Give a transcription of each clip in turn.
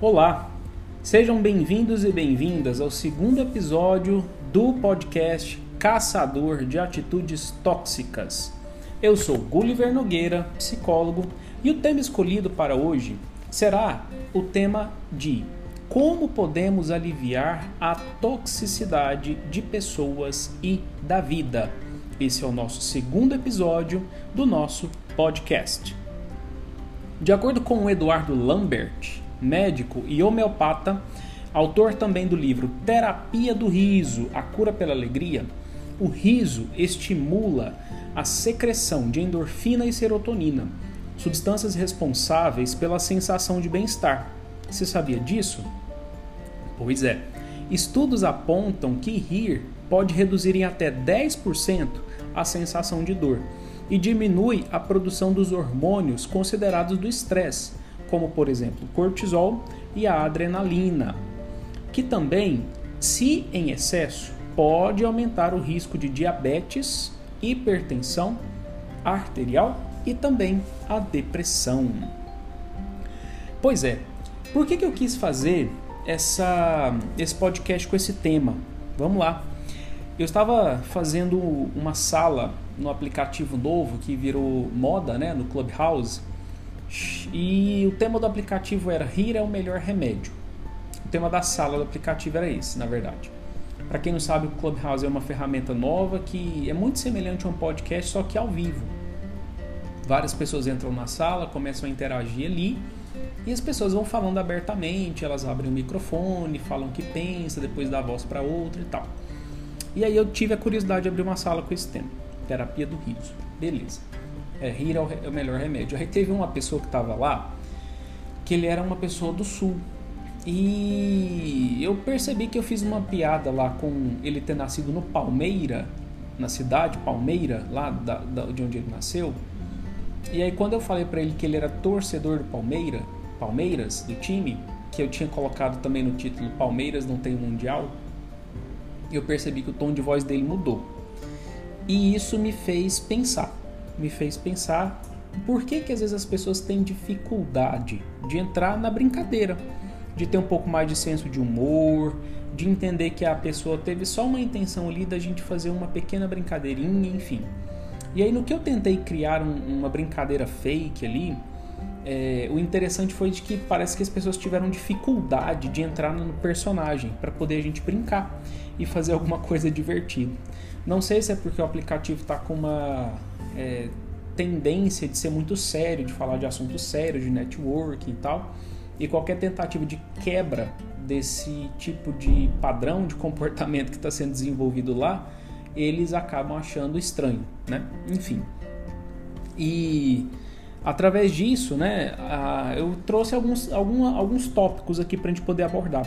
Olá, sejam bem-vindos e bem-vindas ao segundo episódio do podcast Caçador de Atitudes Tóxicas. Eu sou Gulliver Nogueira, psicólogo, e o tema escolhido para hoje será o tema de como podemos aliviar a toxicidade de pessoas e da vida. Esse é o nosso segundo episódio do nosso podcast. De acordo com o Eduardo Lambert, médico e homeopata, autor também do livro Terapia do Riso, a cura pela alegria, o riso estimula a secreção de endorfina e serotonina, substâncias responsáveis pela sensação de bem-estar. Você sabia disso? Pois é, estudos apontam que rir pode reduzir em até 10% a sensação de dor e diminui a produção dos hormônios considerados do estresse, como por exemplo o cortisol e a adrenalina, que também, se em excesso, pode aumentar o risco de diabetes, hipertensão arterial e também a depressão. Pois é, por que eu quis fazer esse podcast com esse tema? Vamos lá. Eu estava fazendo uma sala no aplicativo novo que virou moda, né, no Clubhouse, e o tema do aplicativo era rir é o melhor remédio. O tema da sala do aplicativo era esse, na verdade. Para quem não sabe, o Clubhouse é uma ferramenta nova que é muito semelhante a um podcast, só que ao vivo. Várias pessoas entram na sala, começam a interagir ali, e as pessoas vão falando abertamente, elas abrem o microfone, falam o que pensa, depois dá a voz para outra e tal. E aí eu tive a curiosidade de abrir uma sala com esse tema, terapia do riso. Beleza. Rir é o melhor remédio. Aí teve uma pessoa que estava lá, que ele era uma pessoa do sul. E eu percebi que eu fiz uma piada lá com ele ter nascido no Palmeira, na cidade Palmeira, lá de onde ele nasceu. E aí quando eu falei para ele que ele era torcedor do Palmeiras, do time, que eu tinha colocado também no título Palmeiras não tem mundial, eu percebi que o tom de voz dele mudou. E isso me fez pensar por que às vezes as pessoas têm dificuldade de entrar na brincadeira, de ter um pouco mais de senso de humor, de entender que a pessoa teve só uma intenção ali da gente fazer uma pequena brincadeirinha, enfim. E aí no que eu tentei criar uma brincadeira fake ali, o interessante foi de que parece que as pessoas tiveram dificuldade de entrar no personagem para poder a gente brincar e fazer alguma coisa divertida. Não sei se é porque o aplicativo está com uma tendência de ser muito sério, de falar de assuntos sérios, de networking e tal, e qualquer tentativa de quebra desse tipo de padrão de comportamento que está sendo desenvolvido lá, eles acabam achando estranho, né? Enfim. E através disso, né, eu trouxe alguns tópicos aqui para a gente poder abordar.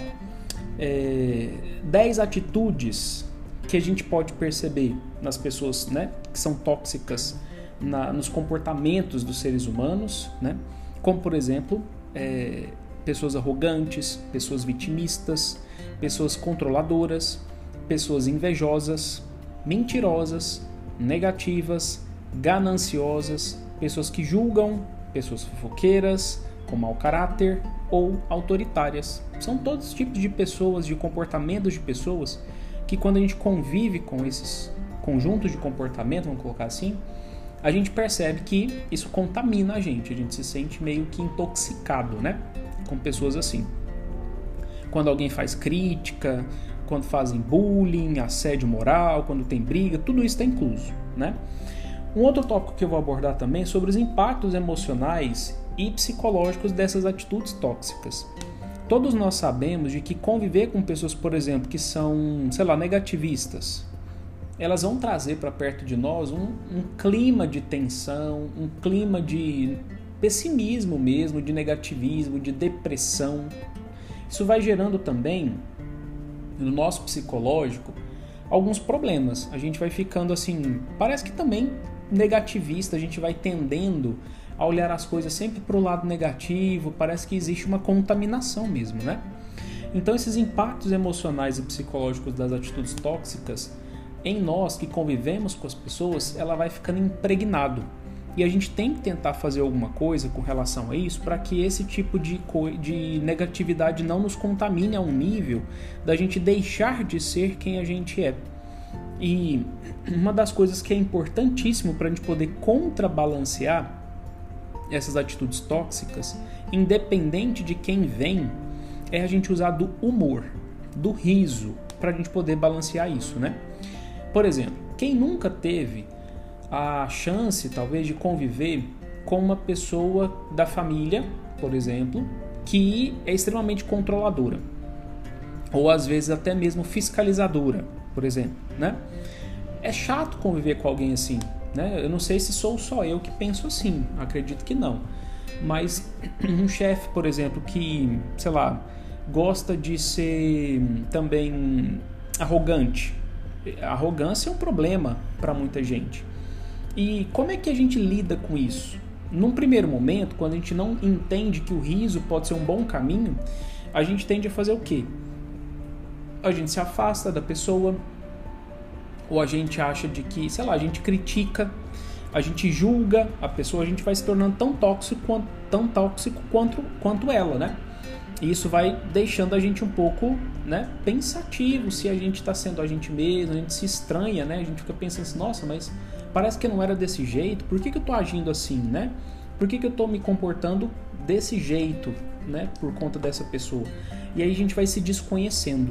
10 atitudes que a gente pode perceber nas pessoas, né, que são tóxicas nos comportamentos dos seres humanos, né, como por exemplo, pessoas arrogantes, pessoas vitimistas, pessoas controladoras, pessoas invejosas, mentirosas, negativas, gananciosas, pessoas que julgam, pessoas fofoqueiras, com mau caráter ou autoritárias. São todos os tipos de pessoas, de comportamentos de pessoas que quando a gente convive com esses conjuntos de comportamento, vamos colocar assim, a gente percebe que isso contamina a gente se sente meio que intoxicado, né? Com pessoas assim. Quando alguém faz crítica, quando fazem bullying, assédio moral, quando tem briga, tudo isso está incluso, né? Um outro tópico que eu vou abordar também é sobre os impactos emocionais e psicológicos dessas atitudes tóxicas. Todos nós sabemos de que conviver com pessoas, por exemplo, que são, negativistas, elas vão trazer para perto de nós um clima de tensão, um clima de pessimismo mesmo, de negativismo, de depressão. Isso vai gerando também, no nosso psicológico, alguns problemas. A gente vai ficando assim, parece que também negativista, a gente vai tendendo a olhar as coisas sempre para o lado negativo, parece que existe uma contaminação mesmo, né? Então esses impactos emocionais e psicológicos das atitudes tóxicas, em nós que convivemos com as pessoas, ela vai ficando impregnado. E a gente tem que tentar fazer alguma coisa com relação a isso para que esse tipo de negatividade não nos contamine a um nível da gente deixar de ser quem a gente é. E uma das coisas que é importantíssimo para a gente poder contrabalancear essas atitudes tóxicas, independente de quem vem, é a gente usar do humor, do riso, para a gente poder balancear isso, né? Por exemplo, quem nunca teve a chance, talvez, de conviver com uma pessoa da família, por exemplo, que é extremamente controladora, ou às vezes até mesmo fiscalizadora, por exemplo, né? É chato conviver com alguém assim, né? Eu não sei se sou só eu que penso assim, acredito que não. Mas um chefe, por exemplo, que, sei lá, gosta de ser também arrogante. A arrogância é um problema para muita gente. E como é que a gente lida com isso? Num primeiro momento, quando a gente não entende que o riso pode ser um bom caminho, a gente tende a fazer o quê? A gente se afasta da pessoa, ou a gente acha de que, sei lá, a gente critica, a gente julga a pessoa, a gente vai se tornando tão tóxico quanto ela, né? E isso vai deixando a gente um pouco, né, pensativo se a gente está sendo a gente mesmo, a gente se estranha, né? A gente fica pensando assim, nossa, mas parece que não era desse jeito, por que eu estou agindo assim, né? Por que eu estou me comportando desse jeito, né, por conta dessa pessoa? E aí a gente vai se desconhecendo.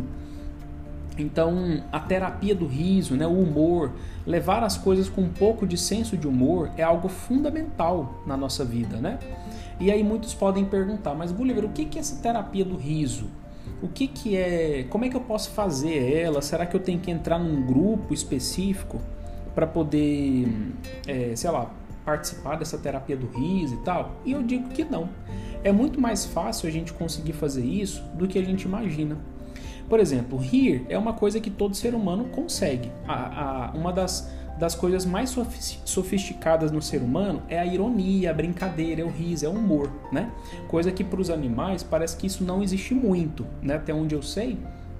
Então, a terapia do riso, né, o humor, levar as coisas com um pouco de senso de humor é algo fundamental na nossa vida, né? E aí muitos podem perguntar, mas Gulliver, o que é essa terapia do riso? O que é? Como é que eu posso fazer ela? Será que eu tenho que entrar num grupo específico para poder, sei lá, participar dessa terapia do riso e tal? E eu digo que não. É muito mais fácil a gente conseguir fazer isso do que a gente imagina. Por exemplo, rir é uma coisa que todo ser humano consegue. Uma das coisas mais sofisticadas no ser humano é a ironia, a brincadeira, é o riso, é o humor, né? Coisa que para os animais parece que isso não existe muito, né? Até onde eu sei,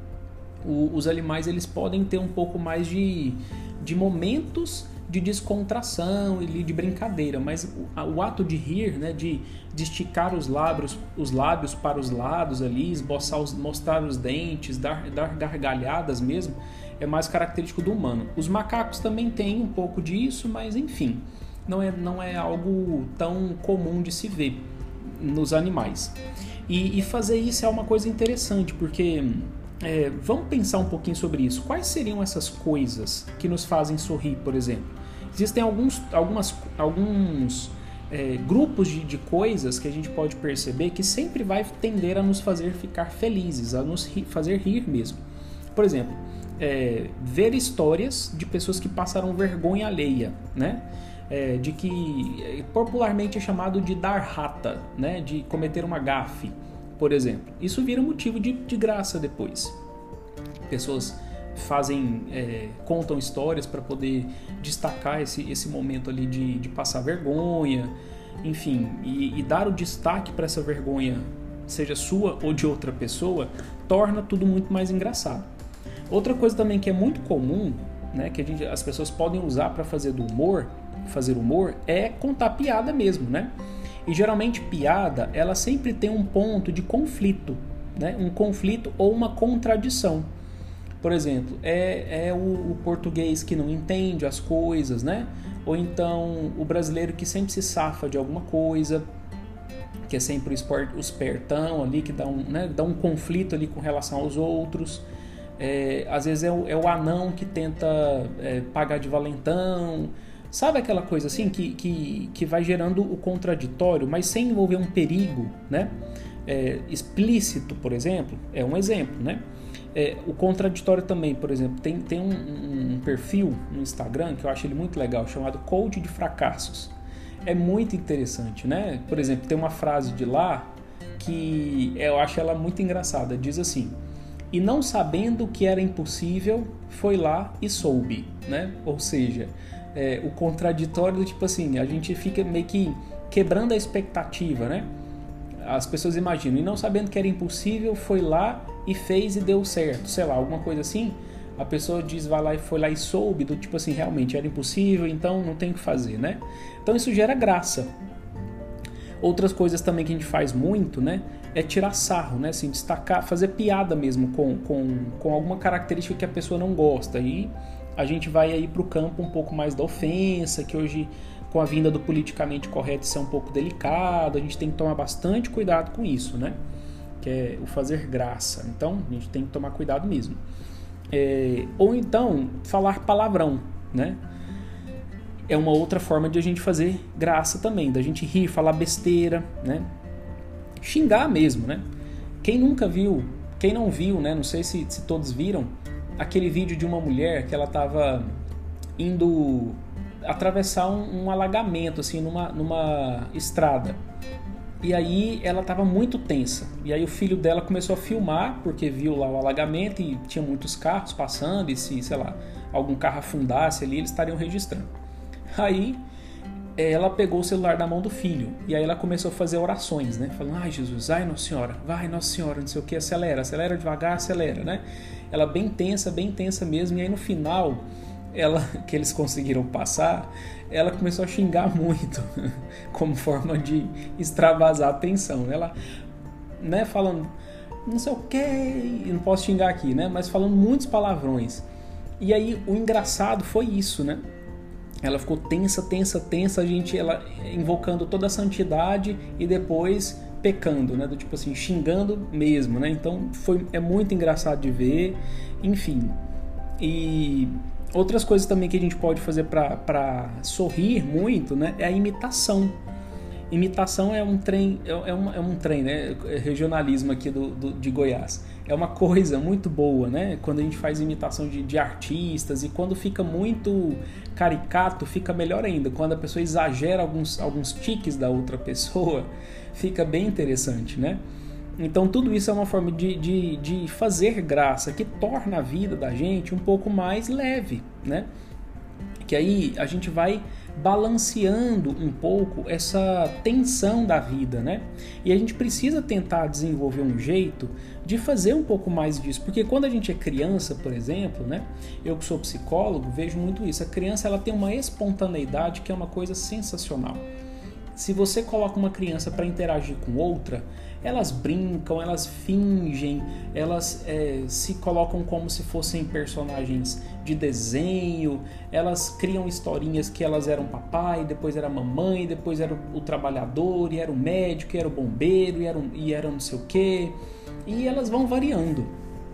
os animais eles podem ter um pouco mais de momentos de descontração e de brincadeira, mas o ato de rir, né, de esticar os lábios para os lados ali, mostrar os dentes, dar gargalhadas mesmo, é mais característico do humano. Os macacos também têm um pouco disso, mas enfim, não é algo tão comum de se ver nos animais. E fazer isso é uma coisa interessante, porque vamos pensar um pouquinho sobre isso. Quais seriam essas coisas que nos fazem sorrir, por exemplo? Existem alguns grupos de coisas que a gente pode perceber que sempre vai tender a nos fazer ficar felizes, a nos fazer rir mesmo. Por exemplo, ver histórias de pessoas que passaram vergonha alheia, né? De que popularmente é chamado de dar rata, né? De cometer uma gafe, por exemplo. Isso vira motivo de graça depois. Pessoas contam histórias para poder destacar esse momento ali de passar vergonha, enfim, e dar o destaque para essa vergonha, seja sua ou de outra pessoa, torna tudo muito mais engraçado. Outra coisa também que é muito comum, né, que as pessoas podem usar para fazer humor, é contar piada mesmo, né? E geralmente piada, ela sempre tem um ponto de conflito, né? Um conflito ou uma contradição. Por exemplo, o português que não entende as coisas, né? Ou então o brasileiro que sempre se safa de alguma coisa, que é sempre o espertão ali, que dá um conflito ali com relação aos outros. Às vezes é o anão que tenta pagar de valentão. Sabe aquela coisa assim que vai gerando o contraditório, mas sem envolver um perigo, né? Explícito, por exemplo, é um exemplo, né? O contraditório também, por exemplo, tem um perfil no Instagram que eu acho ele muito legal, chamado Coach de Fracassos. É muito interessante, né? Por exemplo, tem uma frase de lá que eu acho ela muito engraçada. Diz assim: e não sabendo que era impossível, foi lá e soube, né? Ou seja, o contraditório do tipo assim, a gente fica meio que quebrando a expectativa, né? As pessoas imaginam, e não sabendo que era impossível, foi lá e fez e deu certo, sei lá, alguma coisa assim. a pessoa foi lá e soube do tipo assim, realmente era impossível, então não tem o que fazer, né? Então isso gera graça. Outras coisas também que a gente faz muito, né, é tirar sarro, né, assim, destacar, fazer piada mesmo com alguma característica que a pessoa não gosta. E a gente vai aí para o campo um pouco mais da ofensa, que hoje, com a vinda do politicamente correto, isso é um pouco delicado, a gente tem que tomar bastante cuidado com isso, né, que é o fazer graça. Então, a gente tem que tomar cuidado mesmo. Ou então, falar palavrão, né? É uma outra forma de a gente fazer graça também, da gente rir, falar besteira, né? Xingar mesmo, né? Quem nunca viu, quem não viu, né? Não sei se todos viram, aquele vídeo de uma mulher que ela estava indo atravessar um alagamento, assim, numa estrada. E aí ela estava muito tensa. E aí o filho dela começou a filmar, porque viu lá o alagamento e tinha muitos carros passando, e se, sei lá, algum carro afundasse ali, eles estariam registrando. Aí ela pegou o celular da mão do filho e aí ela começou a fazer orações, né? Falando, ai Jesus, ai Nossa Senhora, vai Nossa Senhora, não sei o que, acelera devagar, acelera, né? Ela bem tensa mesmo. E aí no final, que eles conseguiram passar, ela começou a xingar muito, como forma de extravasar a tensão. Ela, né, falando, não sei o que, não posso xingar aqui, né? Mas falando muitos palavrões. E aí o engraçado foi isso, né? Ela ficou tensa, ela invocando toda a santidade e depois pecando, né? Do tipo assim, xingando mesmo, né? Então é muito engraçado de ver, enfim. E outras coisas também que a gente pode fazer para sorrir muito, né? É a imitação. Imitação é um trem, né? Regionalismo aqui de Goiás. É uma coisa muito boa, né? Quando a gente faz imitação de artistas, e quando fica muito caricato, fica melhor ainda. Quando a pessoa exagera alguns tiques da outra pessoa, fica bem interessante, né? Então tudo isso é uma forma de fazer graça, que torna a vida da gente um pouco mais leve, né? Que aí a gente vai balanceando um pouco essa tensão da vida, né? E a gente precisa tentar desenvolver um jeito de fazer um pouco mais disso, porque quando a gente é criança, por exemplo, né? Eu que sou psicólogo, vejo muito isso. A criança, ela tem uma espontaneidade que é uma coisa sensacional. Se você coloca uma criança para interagir com outra, elas brincam, elas fingem, elas se colocam como se fossem personagens de desenho, elas criam historinhas que elas eram papai, depois era mamãe, depois era o trabalhador, e era o médico, e era o bombeiro, e era não sei o quê, e elas vão variando.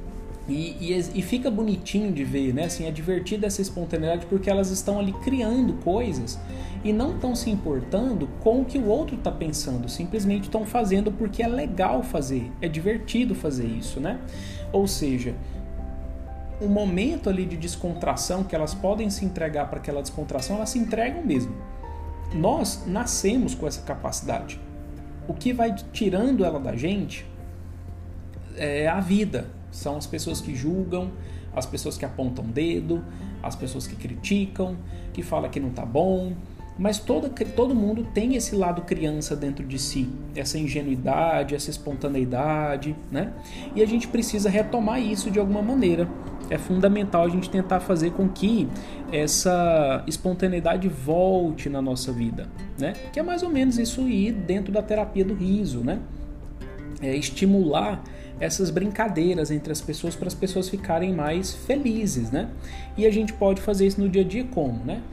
E fica bonitinho de ver, né? Assim, é divertido essa espontaneidade, porque elas estão ali criando coisas e não estão se importando com o que o outro está pensando, simplesmente estão fazendo porque é legal fazer, é divertido fazer isso, né? Ou seja, o momento ali de descontração que elas podem se entregar para aquela descontração, elas se entregam mesmo. Nós nascemos com essa capacidade. O que vai tirando ela da gente é a vida. São as pessoas que julgam, as pessoas que apontam dedo, as pessoas que criticam, que falam que não tá bom. Mas todo mundo tem esse lado criança dentro de si, essa ingenuidade, essa espontaneidade, né? E a gente precisa retomar isso de alguma maneira. É fundamental a gente tentar fazer com que essa espontaneidade volte na nossa vida, né? Que é mais ou menos isso aí dentro da terapia do riso, né? É estimular essas brincadeiras entre as pessoas para as pessoas ficarem mais felizes, né? E a gente pode fazer isso no dia a dia como, né?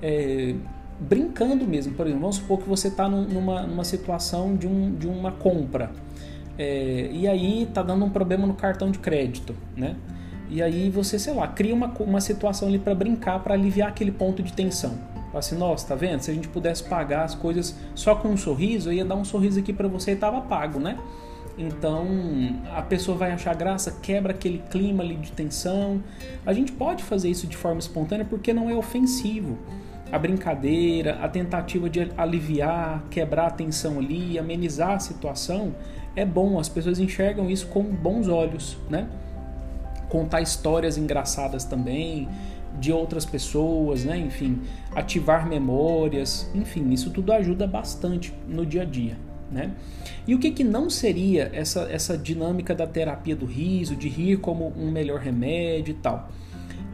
Brincando mesmo, por exemplo, vamos supor que você está numa situação de uma compra, e aí tá dando um problema no cartão de crédito, né? E aí você, sei lá, cria uma situação ali para brincar, para aliviar aquele ponto de tensão. Fala assim, nossa, tá vendo? Se a gente pudesse pagar as coisas só com um sorriso, eu ia dar um sorriso aqui para você e tava pago, né? Então a pessoa vai achar graça, quebra aquele clima ali de tensão. A gente pode fazer isso de forma espontânea porque não é ofensivo. A brincadeira, a tentativa de aliviar, quebrar a tensão ali, amenizar a situação é bom. As pessoas enxergam isso com bons olhos, né? Contar histórias engraçadas também de outras pessoas, né? Enfim, ativar memórias, enfim, isso tudo ajuda bastante no dia a dia, né? E o que não seria essa dinâmica da terapia do riso, de rir como um melhor remédio e tal?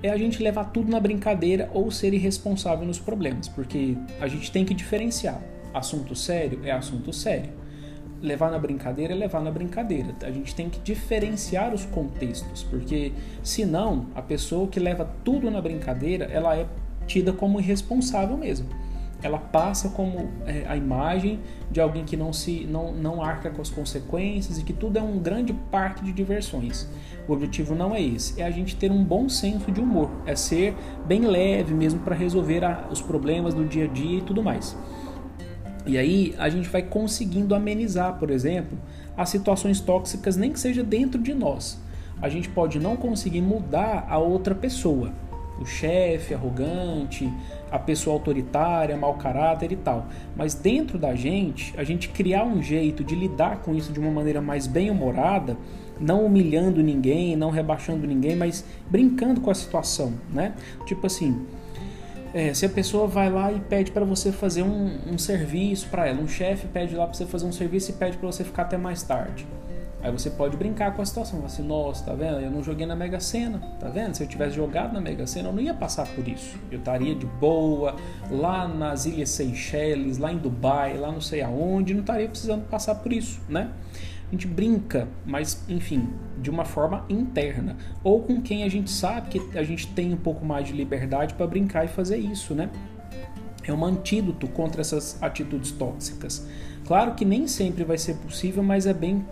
é a gente levar tudo na brincadeira ou ser irresponsável nos problemas, porque a gente tem que diferenciar. Assunto sério é assunto sério. Levar na brincadeira é levar na brincadeira. A gente tem que diferenciar os contextos, porque senão a pessoa que leva tudo na brincadeira, ela é tida como irresponsável mesmo. Ela passa como a imagem de alguém que não arca com as consequências e que tudo é um grande parque de diversões. O objetivo não é esse, é a gente ter um bom senso de humor, é ser bem leve mesmo para resolver os problemas do dia a dia e tudo mais. E aí a gente vai conseguindo amenizar, por exemplo, as situações tóxicas, nem que seja dentro de nós. A gente pode não conseguir mudar a outra pessoa, o chefe arrogante, a pessoa autoritária, mau caráter e tal. Mas dentro da gente, a gente criar um jeito de lidar com isso de uma maneira mais bem-humorada, não humilhando ninguém, não rebaixando ninguém, mas brincando com a situação, né? Tipo assim, se a pessoa vai lá e pede para você fazer um serviço para ela, um chefe pede lá para você fazer um serviço e pede para você ficar até mais tarde. Aí você pode brincar com a situação, falar assim, nossa, tá vendo? Eu não joguei na Mega Sena, tá vendo? Se eu tivesse jogado na Mega Sena, eu não ia passar por isso. Eu estaria de boa, lá nas Ilhas Seychelles, lá em Dubai, lá não sei aonde, não estaria precisando passar por isso, né? A gente brinca, mas, enfim, de uma forma interna. Ou com quem a gente sabe que a gente tem um pouco mais de liberdade para brincar e fazer isso, né? É um antídoto contra essas atitudes tóxicas. Claro que nem sempre vai ser possível, mas é bem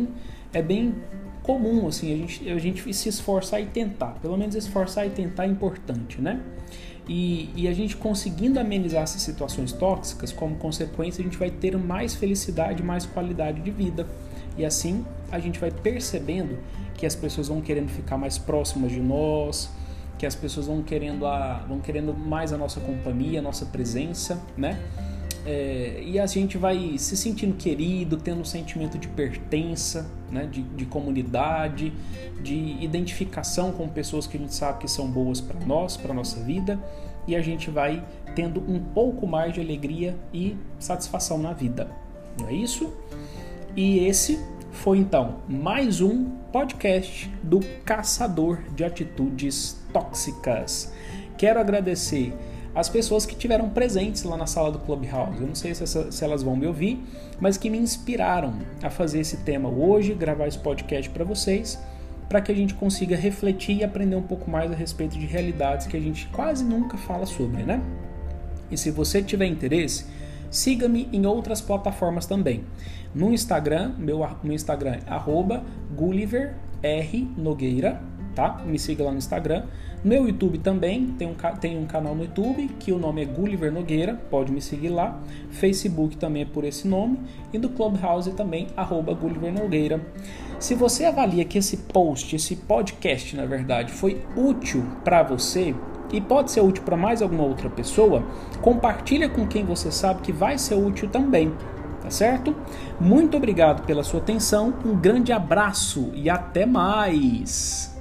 comum assim, a gente se esforçar e tentar. Pelo menos esforçar e tentar é importante, né? E a gente conseguindo amenizar essas situações tóxicas, como consequência, a gente vai ter mais felicidade, mais qualidade de vida. E assim a gente vai percebendo que as pessoas vão querendo ficar mais próximas de nós, que as pessoas vão querendo mais a nossa companhia, a nossa presença, né? E a gente vai se sentindo querido, tendo um sentimento de pertença, né? de comunidade, de identificação com pessoas que a gente sabe que são boas para nós, para a nossa vida, e a gente vai tendo um pouco mais de alegria e satisfação na vida. Não é isso? E esse foi então mais um podcast do Caçador de Atitudes Tóxicas. Quero agradecer as pessoas que tiveram presentes lá na sala do Clubhouse. Eu não sei se elas vão me ouvir, mas que me inspiraram a fazer esse tema hoje, gravar esse podcast para vocês, para que a gente consiga refletir e aprender um pouco mais a respeito de realidades que a gente quase nunca fala sobre, né? E se você tiver interesse, siga-me em outras plataformas também. No Instagram, meu Instagram é @GulliverRNogueira, tá? Me siga lá no Instagram. No meu YouTube também, tem um canal no YouTube que o nome é Gulliver Nogueira, pode me seguir lá. Facebook também é por esse nome. E do Clubhouse também, @Gulliver Nogueira. Se você avalia que esse podcast, na verdade, foi útil para você, e pode ser útil para mais alguma outra pessoa, compartilha com quem você sabe que vai ser útil também, tá certo? Muito obrigado pela sua atenção, um grande abraço e até mais!